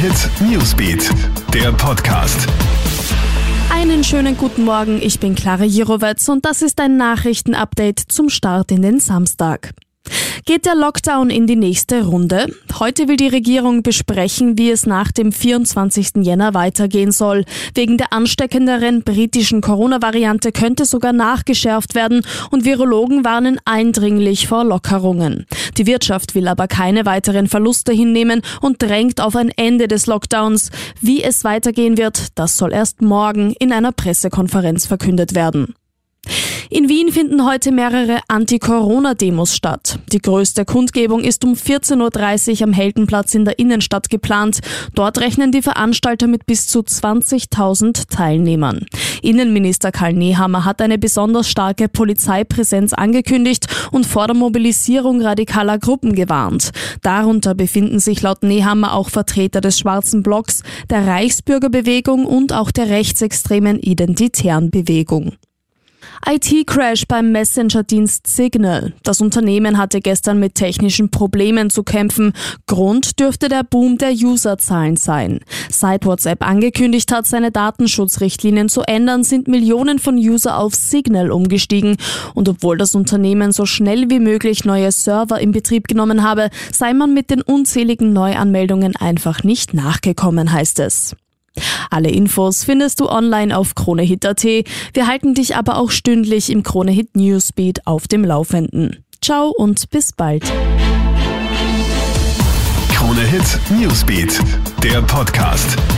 Hit Newsbeat, der Podcast. Einen schönen guten Morgen, ich bin Clara Jirovetz und das ist ein Nachrichtenupdate zum Start in den Samstag. Geht der Lockdown in die nächste Runde? Heute will die Regierung besprechen, wie es nach dem 24. Jänner weitergehen soll. Wegen der ansteckenderen britischen Corona-Variante könnte sogar nachgeschärft werden und Virologen warnen eindringlich vor Lockerungen. Die Wirtschaft will aber keine weiteren Verluste hinnehmen und drängt auf ein Ende des Lockdowns. Wie es weitergehen wird, das soll erst morgen in einer Pressekonferenz verkündet werden. In Wien finden heute mehrere Anti-Corona-Demos statt. Die größte Kundgebung ist um 14.30 Uhr am Heldenplatz in der Innenstadt geplant. Dort rechnen die Veranstalter mit bis zu 20.000 Teilnehmern. Innenminister Karl Nehammer hat eine besonders starke Polizeipräsenz angekündigt und vor der Mobilisierung radikaler Gruppen gewarnt. Darunter befinden sich laut Nehammer auch Vertreter des Schwarzen Blocks, der Reichsbürgerbewegung und auch der rechtsextremen Identitären Bewegung. IT-Crash beim Messenger-Dienst Signal. Das Unternehmen hatte gestern mit technischen Problemen zu kämpfen. Grund dürfte der Boom der Userzahlen sein. Seit WhatsApp angekündigt hat, seine Datenschutzrichtlinien zu ändern, sind Millionen von User auf Signal umgestiegen. Und obwohl das Unternehmen so schnell wie möglich neue Server in Betrieb genommen habe, sei man mit den unzähligen Neuanmeldungen einfach nicht nachgekommen, heißt es. Alle Infos findest du online auf KroneHit.at. Wir halten dich aber auch stündlich im KroneHit Newsbeat auf dem Laufenden. Ciao und bis bald. KroneHit Newsbeat, der Podcast.